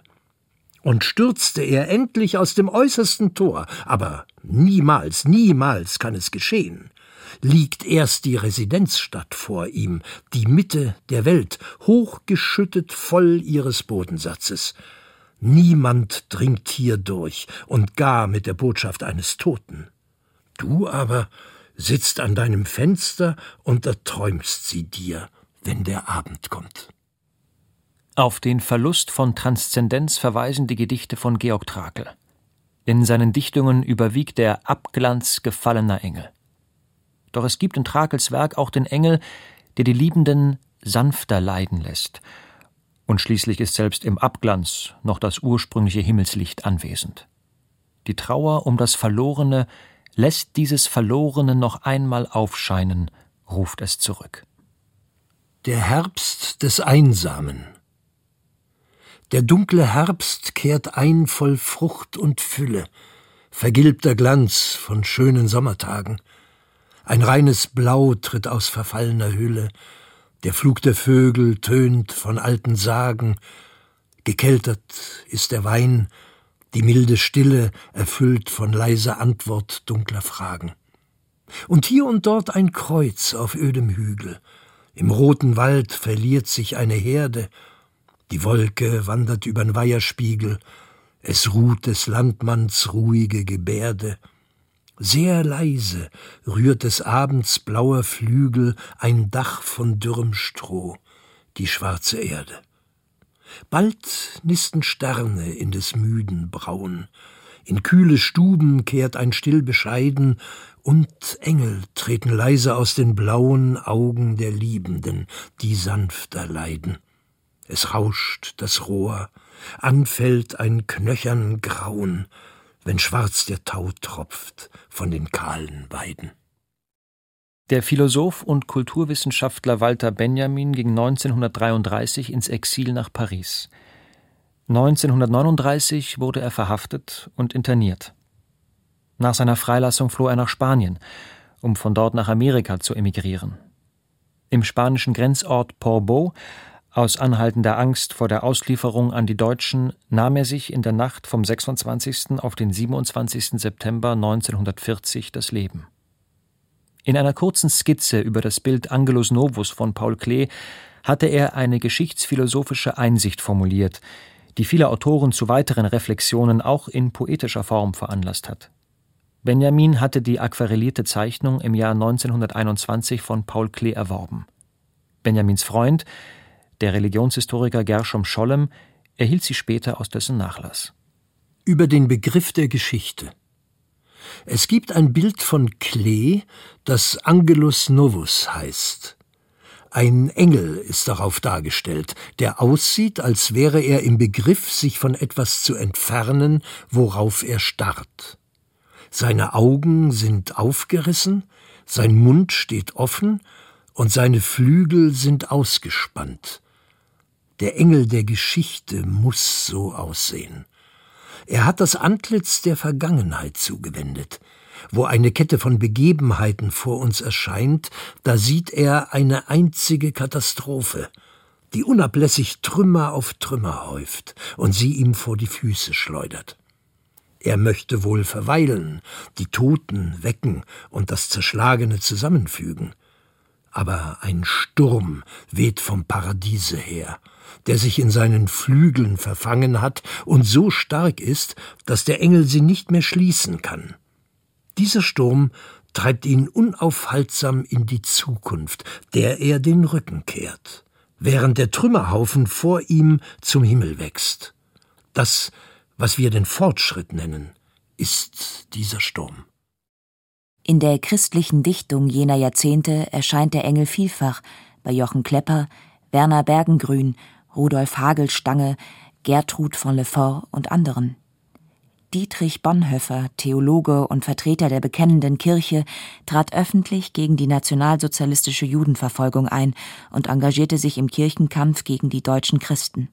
Und stürzte er endlich aus dem äußersten Tor, aber niemals, niemals kann es geschehen, liegt erst die Residenzstadt vor ihm, die Mitte der Welt, hochgeschüttet voll ihres Bodensatzes. Niemand dringt hier durch, und gar mit der Botschaft eines Toten. Du aber sitzt an deinem Fenster und erträumst sie dir, wenn der Abend kommt. Auf den Verlust von Transzendenz verweisen die Gedichte von Georg Trakl. In seinen Dichtungen überwiegt der Abglanz gefallener Engel. Doch es gibt in Trakls Werk auch den Engel, der die Liebenden sanfter leiden lässt. Und schließlich ist selbst im Abglanz noch das ursprüngliche Himmelslicht anwesend. Die Trauer um das Verlorene lässt dieses Verlorene noch einmal aufscheinen, ruft es zurück. Der Herbst des Einsamen. Der dunkle Herbst kehrt ein voll Frucht und Fülle, vergilbter Glanz von schönen Sommertagen. Ein reines Blau tritt aus verfallener Hülle, der Flug der Vögel tönt von alten Sagen, gekeltert ist der Wein, die milde Stille erfüllt von leiser Antwort dunkler Fragen. Und hier und dort ein Kreuz auf ödem Hügel, im roten Wald verliert sich eine Herde, die Wolke wandert übern Weiherspiegel, es ruht des Landmanns ruhige Gebärde. Sehr leise rührt des Abends blauer Flügel ein Dach von dürrem Stroh, die schwarze Erde. Bald nisten Sterne in des müden Brauen, in kühle Stuben kehrt ein still Bescheiden, und Engel treten leise aus den blauen Augen der Liebenden, die sanfter leiden. Es rauscht das Rohr, anfällt ein knöchern Grauen, wenn schwarz der Tau tropft von den kahlen Weiden. Der Philosoph und Kulturwissenschaftler Walter Benjamin ging 1933 ins Exil nach Paris. 1939 wurde er verhaftet und interniert. Nach seiner Freilassung floh er nach Spanien, um von dort nach Amerika zu emigrieren. Im spanischen Grenzort Portbou, aus anhaltender Angst vor der Auslieferung an die Deutschen, nahm er sich in der Nacht vom 26. auf den 27. September 1940 das Leben. In einer kurzen Skizze über das Bild Angelus Novus von Paul Klee hatte er eine geschichtsphilosophische Einsicht formuliert, die viele Autoren zu weiteren Reflexionen auch in poetischer Form veranlasst hat. Benjamin hatte die aquarellierte Zeichnung im Jahr 1921 von Paul Klee erworben. Benjamins Freund, der Religionshistoriker Gershom Scholem, erhielt sie später aus dessen Nachlass. Über den Begriff der Geschichte. Es gibt ein Bild von Klee, das Angelus Novus heißt. Ein Engel ist darauf dargestellt, der aussieht, als wäre er im Begriff, sich von etwas zu entfernen, worauf er starrt. Seine Augen sind aufgerissen, sein Mund steht offen und seine Flügel sind ausgespannt. Der Engel der Geschichte muss so aussehen. Er hat das Antlitz der Vergangenheit zugewendet. Wo eine Kette von Begebenheiten vor uns erscheint, da sieht er eine einzige Katastrophe, die unablässig Trümmer auf Trümmer häuft und sie ihm vor die Füße schleudert. Er möchte wohl verweilen, die Toten wecken und das Zerschlagene zusammenfügen. Aber ein Sturm weht vom Paradiese her, der sich in seinen Flügeln verfangen hat und so stark ist, dass der Engel sie nicht mehr schließen kann. Dieser Sturm treibt ihn unaufhaltsam in die Zukunft, der er den Rücken kehrt, während der Trümmerhaufen vor ihm zum Himmel wächst. Das, was wir den Fortschritt nennen, ist dieser Sturm. In der christlichen Dichtung jener Jahrzehnte erscheint der Engel vielfach bei Jochen Klepper, Werner Bergengrün, Rudolf Hagelstange, Gertrud von Le Fort und anderen. Dietrich Bonhoeffer, Theologe und Vertreter der bekennenden Kirche, trat öffentlich gegen die nationalsozialistische Judenverfolgung ein und engagierte sich im Kirchenkampf gegen die deutschen Christen.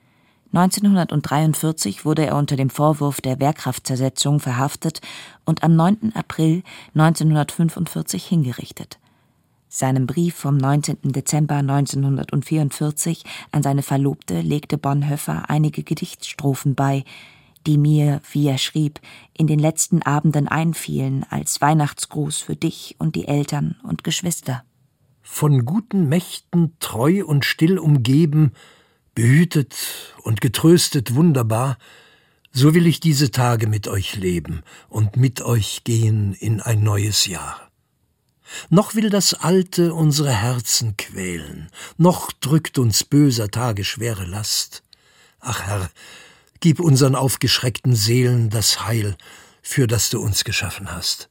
1943 wurde er unter dem Vorwurf der Wehrkraftzersetzung verhaftet und am 9. April 1945 hingerichtet. Seinem Brief vom 19. Dezember 1944 an seine Verlobte legte Bonhoeffer einige Gedichtstrophen bei, die mir, wie er schrieb, in den letzten Abenden einfielen als Weihnachtsgruß für dich und die Eltern und Geschwister. Von guten Mächten treu und still umgeben, behütet und getröstet wunderbar, so will ich diese Tage mit euch leben und mit euch gehen in ein neues Jahr. Noch will das Alte unsere Herzen quälen, noch drückt uns böser Tage schwere Last. Ach Herr, gib unseren aufgeschreckten Seelen das Heil, für das du uns geschaffen hast.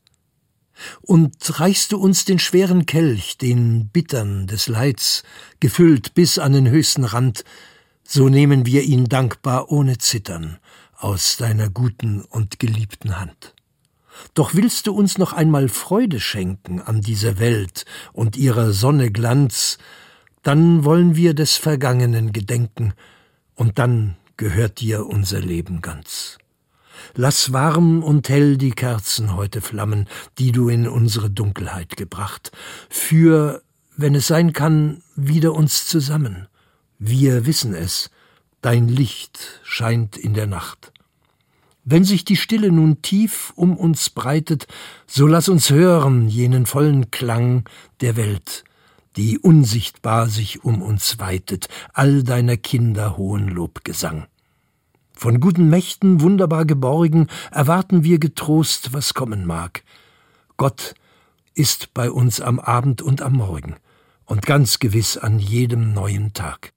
Und reichst du uns den schweren Kelch, den bittern des Leids, gefüllt bis an den höchsten Rand, so nehmen wir ihn dankbar ohne Zittern aus deiner guten und geliebten Hand. Doch willst du uns noch einmal Freude schenken an dieser Welt und ihrer Sonne Glanz, dann wollen wir des Vergangenen gedenken, und dann gehört dir unser Leben ganz. Lass warm und hell die Kerzen heute flammen, die du in unsere Dunkelheit gebracht. Führ, wenn es sein kann, wieder uns zusammen. Wir wissen es, dein Licht scheint in der Nacht. Wenn sich die Stille nun tief um uns breitet, so lass uns hören jenen vollen Klang der Welt, die unsichtbar sich um uns weitet, all deiner Kinder hohen Lobgesang. Von guten Mächten wunderbar geborgen erwarten wir getrost, was kommen mag. Gott ist bei uns am Abend und am Morgen und ganz gewiss an jedem neuen Tag.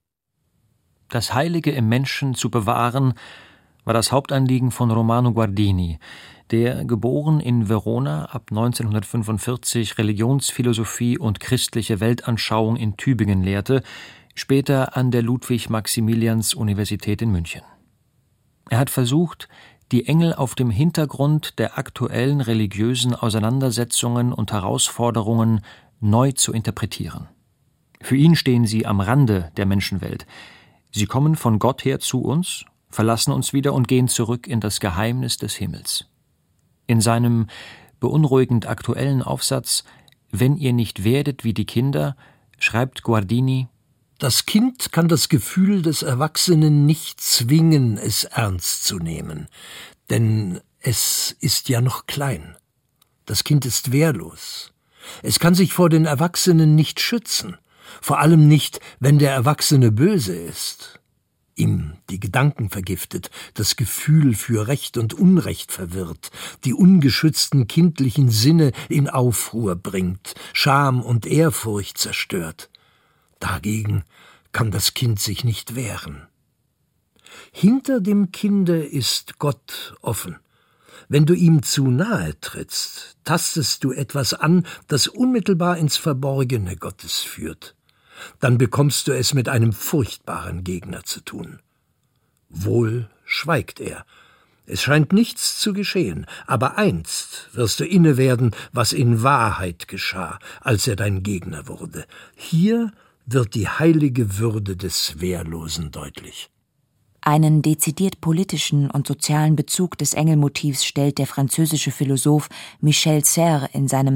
Das Heilige im Menschen zu bewahren, war das Hauptanliegen von Romano Guardini, der, geboren in Verona, ab 1945 Religionsphilosophie und christliche Weltanschauung in Tübingen lehrte, später an der Ludwig-Maximilians-Universität in München. Er hat versucht, die Engel auf dem Hintergrund der aktuellen religiösen Auseinandersetzungen und Herausforderungen neu zu interpretieren. Für ihn stehen sie am Rande der Menschenwelt. Sie kommen von Gott her zu uns, verlassen uns wieder und gehen zurück in das Geheimnis des Himmels. In seinem beunruhigend aktuellen Aufsatz »Wenn ihr nicht werdet wie die Kinder« schreibt Guardini: Das Kind kann das Gefühl des Erwachsenen nicht zwingen, es ernst zu nehmen, denn es ist ja noch klein. Das Kind ist wehrlos. Es kann sich vor den Erwachsenen nicht schützen, vor allem nicht, wenn der Erwachsene böse ist, ihm die Gedanken vergiftet, das Gefühl für Recht und Unrecht verwirrt, die ungeschützten kindlichen Sinne in Aufruhr bringt, Scham und Ehrfurcht zerstört. Dagegen kann das Kind sich nicht wehren. Hinter dem Kinde ist Gott offen. Wenn du ihm zu nahe trittst, tastest du etwas an, das unmittelbar ins Verborgene Gottes führt. Dann bekommst du es mit einem furchtbaren Gegner zu tun. Wohl schweigt er. Es scheint nichts zu geschehen, aber einst wirst du innewerden, was in Wahrheit geschah, als er dein Gegner wurde. Hier wird die heilige Würde des Wehrlosen deutlich. Einen dezidiert politischen und sozialen Bezug des Engelmotivs stellt der französische Philosoph Michel Serres in seinem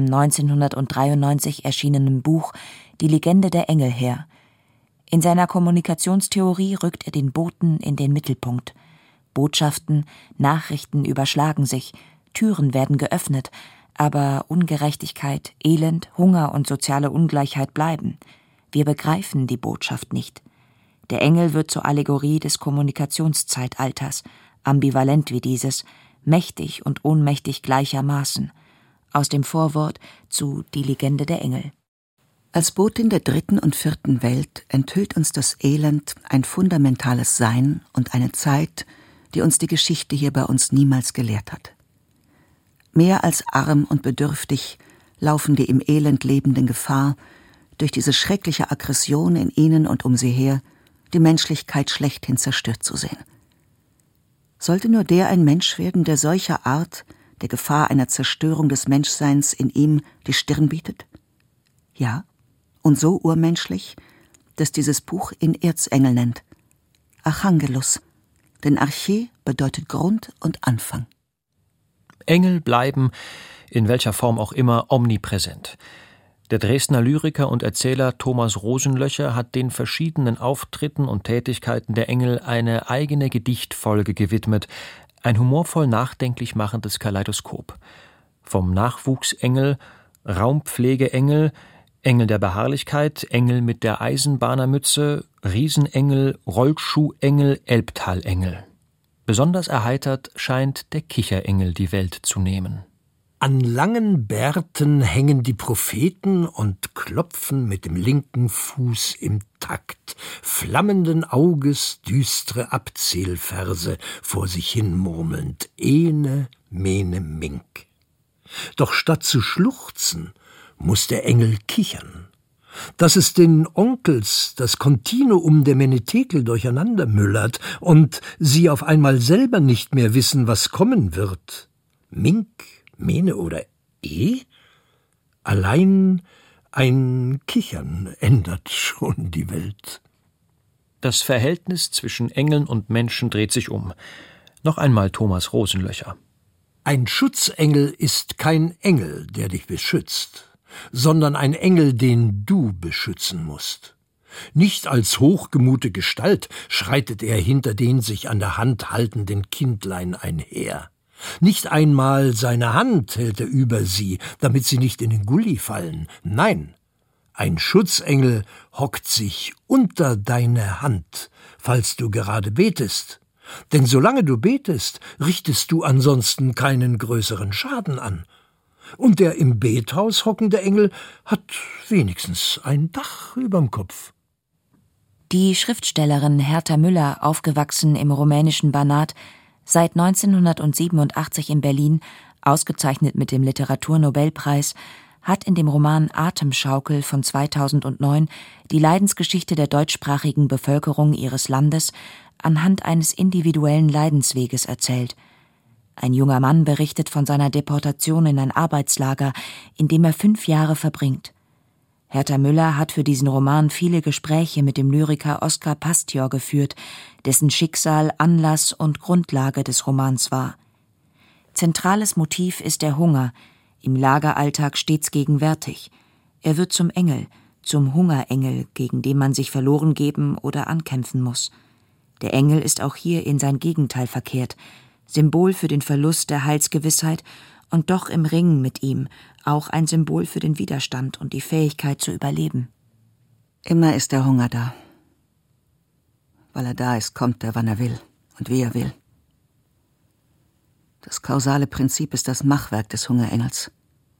1993 erschienenen Buch »Die Legende der Engel« her. In seiner Kommunikationstheorie rückt er den Boten in den Mittelpunkt. Botschaften, Nachrichten überschlagen sich, Türen werden geöffnet, aber Ungerechtigkeit, Elend, Hunger und soziale Ungleichheit bleiben. Wir begreifen die Botschaft nicht. Der Engel wird zur Allegorie des Kommunikationszeitalters, ambivalent wie dieses, mächtig und ohnmächtig gleichermaßen. Aus dem Vorwort zu »Die Legende der Engel«. Als Botin der 3. und 4. Welt enthüllt uns das Elend ein fundamentales Sein und eine Zeit, die uns die Geschichte hier bei uns niemals gelehrt hat. Mehr als arm und bedürftig laufen die im Elend Lebenden Gefahr, durch diese schreckliche Aggression in ihnen und um sie her die Menschlichkeit schlechthin zerstört zu sehen. Sollte nur der ein Mensch werden, der solcher Art der Gefahr einer Zerstörung des Menschseins in ihm die Stirn bietet? Ja, und so urmenschlich, dass dieses Buch ihn Erzengel nennt. Archangelus, denn Arche bedeutet Grund und Anfang. Engel bleiben, in welcher Form auch immer, omnipräsent. Der Dresdner Lyriker und Erzähler Thomas Rosenlöcher hat den verschiedenen Auftritten und Tätigkeiten der Engel eine eigene Gedichtfolge gewidmet, ein humorvoll nachdenklich machendes Kaleidoskop. Vom Nachwuchsengel, Raumpflegeengel, Engel der Beharrlichkeit, Engel mit der Eisenbahnermütze, Riesenengel, Rollschuhengel, Elbtalengel. Besonders erheitert scheint der Kicherengel die Welt zu nehmen. An langen Bärten hängen die Propheten und klopfen mit dem linken Fuß im Takt, flammenden Auges düstre Abzählverse vor sich hin murmelnd, ene, mene, mink. Doch statt zu schluchzen, muß der Engel kichern, dass es den Onkels das Kontinuum der Menetekel durcheinander müllert und sie auf einmal selber nicht mehr wissen, was kommen wird. Mink, Mene oder Allein ein Kichern ändert schon die Welt. Das Verhältnis zwischen Engeln und Menschen dreht sich um. Noch einmal Thomas Rosenlöcher. Ein Schutzengel ist kein Engel, der dich beschützt, sondern ein Engel, den du beschützen musst. Nicht als hochgemute Gestalt schreitet er hinter den sich an der Hand haltenden Kindlein einher. Nicht einmal seine Hand hält er über sie, damit sie nicht in den Gully fallen. Nein, ein Schutzengel hockt sich unter deine Hand, falls du gerade betest. Denn solange du betest, richtest du ansonsten keinen größeren Schaden an. Und der im Bethaus hockende Engel hat wenigstens ein Dach überm Kopf. Die Schriftstellerin Hertha Müller, aufgewachsen im rumänischen Banat, seit 1987 in Berlin, ausgezeichnet mit dem Literaturnobelpreis, hat in dem Roman Atemschaukel von 2009 die Leidensgeschichte der deutschsprachigen Bevölkerung ihres Landes anhand eines individuellen Leidensweges erzählt. Ein junger Mann berichtet von seiner Deportation in ein Arbeitslager, in dem er 5 Jahre verbringt. Hertha Müller hat für diesen Roman viele Gespräche mit dem Lyriker Oskar Pastior geführt, dessen Schicksal Anlass und Grundlage des Romans war. Zentrales Motiv ist der Hunger, im Lageralltag stets gegenwärtig. Er wird zum Engel, zum Hungerengel, gegen den man sich verloren geben oder ankämpfen muss. Der Engel ist auch hier in sein Gegenteil verkehrt, Symbol für den Verlust der Heilsgewissheit und doch im Ringen mit ihm, auch ein Symbol für den Widerstand und die Fähigkeit zu überleben. Immer ist der Hunger da. Weil er da ist, kommt er, wann er will und wie er will. Das kausale Prinzip ist das Machwerk des Hungerengels.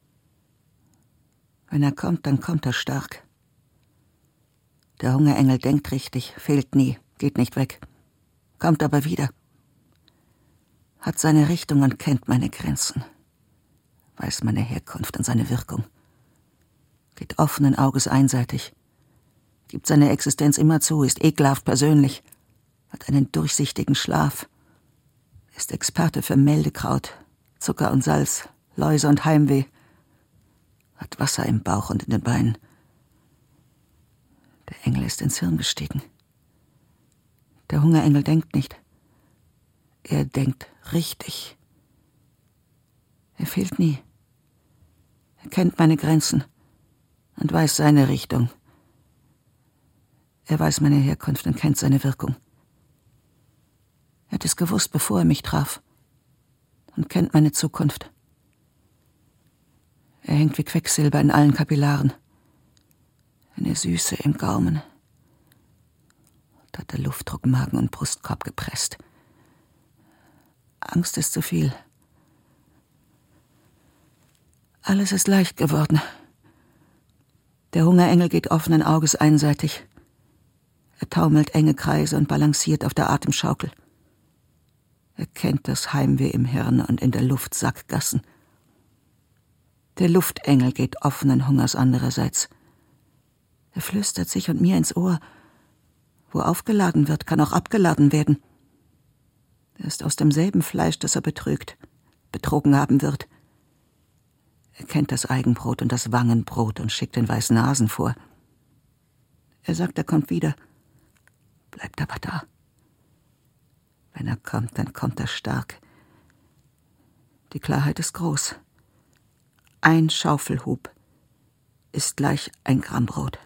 Wenn er kommt, dann kommt er stark. Der Hungerengel denkt richtig, fehlt nie, geht nicht weg, kommt aber wieder. Hat seine Richtung und kennt meine Grenzen. Weiß meine Herkunft und seine Wirkung. Geht offenen Auges einseitig. Gibt seine Existenz immer zu, ist ekelhaft persönlich. Hat einen durchsichtigen Schlaf. Ist Experte für Meldekraut, Zucker und Salz, Läuse und Heimweh. Hat Wasser im Bauch und in den Beinen. Der Engel ist ins Hirn gestiegen. Der Hungerengel denkt nicht. Er denkt richtig. Er fehlt nie. Er kennt meine Grenzen und weiß seine Richtung. Er weiß meine Herkunft und kennt seine Wirkung. Er hat es gewusst, bevor er mich traf und kennt meine Zukunft. Er hängt wie Quecksilber in allen Kapillaren. Eine Süße im Gaumen. Da hat der Luftdruck Magen und Brustkorb gepresst. Angst ist zu viel. Alles ist leicht geworden. Der Hungerengel geht offenen Auges einseitig. Er taumelt enge Kreise und balanciert auf der Atemschaukel. Er kennt das Heimweh im Hirn und in der Luft Sackgassen. Der Luftengel geht offenen Hungers andererseits. Er flüstert sich und mir ins Ohr. Wo aufgeladen wird, kann auch abgeladen werden. Er ist aus demselben Fleisch, das er betrogen haben wird. Er kennt das Eigenbrot und das Wangenbrot und schickt den weißen Hasen vor. Er sagt, er kommt wieder, bleibt aber da. Wenn er kommt, dann kommt er stark. Die Klarheit ist groß. Ein Schaufelhub ist gleich 1 Gramm Brot.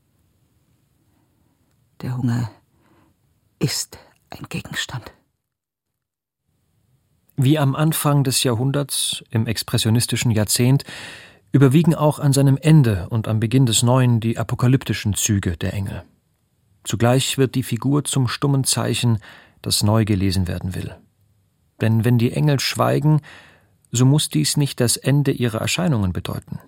Der Hunger ist ein Gegenstand. Wie am Anfang des Jahrhunderts, im expressionistischen Jahrzehnt, überwiegen auch an seinem Ende und am Beginn des Neuen die apokalyptischen Züge der Engel. Zugleich wird die Figur zum stummen Zeichen, das neu gelesen werden will. Denn wenn die Engel schweigen, so muss dies nicht das Ende ihrer Erscheinungen bedeuten.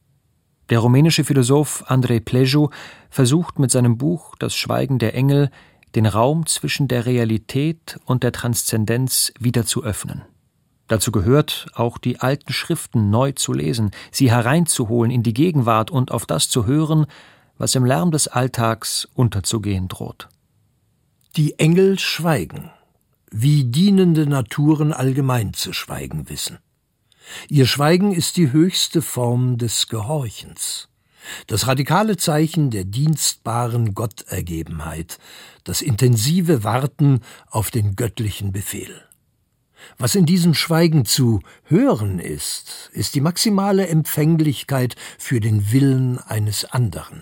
Der rumänische Philosoph Andrei Pleju versucht mit seinem Buch »Das Schweigen der Engel« den Raum zwischen der Realität und der Transzendenz wieder zu öffnen. Dazu gehört, auch die alten Schriften neu zu lesen, sie hereinzuholen in die Gegenwart und auf das zu hören, was im Lärm des Alltags unterzugehen droht. Die Engel schweigen, wie dienende Naturen allgemein zu schweigen wissen. Ihr Schweigen ist die höchste Form des Gehorchens, das radikale Zeichen der dienstbaren Gottergebenheit, das intensive Warten auf den göttlichen Befehl. Was in diesem Schweigen zu hören ist, ist die maximale Empfänglichkeit für den Willen eines anderen.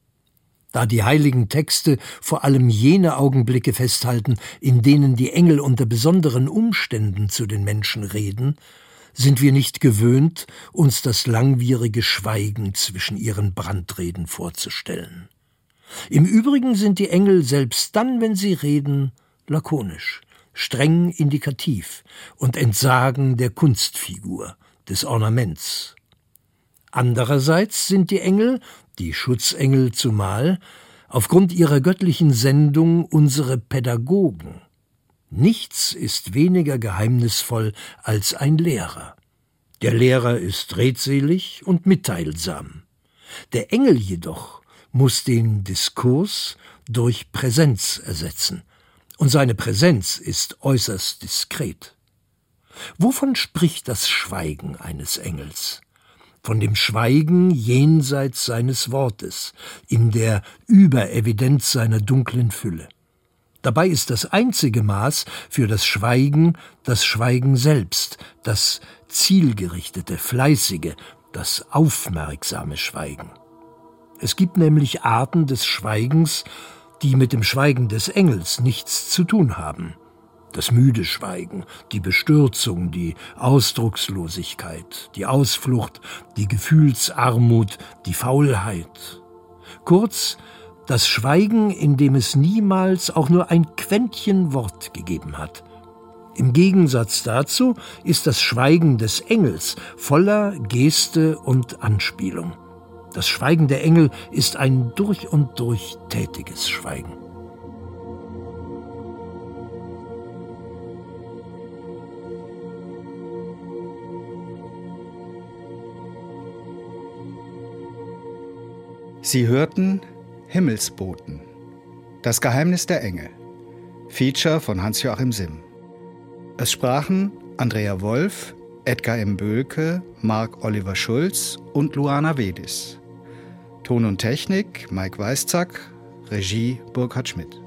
Da die heiligen Texte vor allem jene Augenblicke festhalten, in denen die Engel unter besonderen Umständen zu den Menschen reden, sind wir nicht gewöhnt, uns das langwierige Schweigen zwischen ihren Brandreden vorzustellen. Im Übrigen sind die Engel selbst dann, wenn sie reden, lakonisch, streng indikativ und entsagen der Kunstfigur, des Ornaments. Andererseits sind die Engel, die Schutzengel zumal, aufgrund ihrer göttlichen Sendung unsere Pädagogen. Nichts ist weniger geheimnisvoll als ein Lehrer. Der Lehrer ist redselig und mitteilsam. Der Engel jedoch muss den Diskurs durch Präsenz ersetzen, und seine Präsenz ist äußerst diskret. Wovon spricht das Schweigen eines Engels? Von dem Schweigen jenseits seines Wortes, in der Überevidenz seiner dunklen Fülle. Dabei ist das einzige Maß für das Schweigen selbst, das zielgerichtete, fleißige, das aufmerksame Schweigen. Es gibt nämlich Arten des Schweigens, die mit dem Schweigen des Engels nichts zu tun haben. Das müde Schweigen, die Bestürzung, die Ausdruckslosigkeit, die Ausflucht, die Gefühlsarmut, die Faulheit. Kurz, das Schweigen, in dem es niemals auch nur ein Quäntchen Wort gegeben hat. Im Gegensatz dazu ist das Schweigen des Engels voller Geste und Anspielung. Das Schweigen der Engel ist ein durch und durch tätiges Schweigen. Sie hörten Himmelsboten. Das Geheimnis der Engel. Feature von Hans-Joachim Simm. Es sprachen Andrea Wolf, Edgar M. Böhlke, Marc Oliver Schulz und Luana Wedis. Ton und Technik Mike Weißzack, Regie Burkhard Schmidt.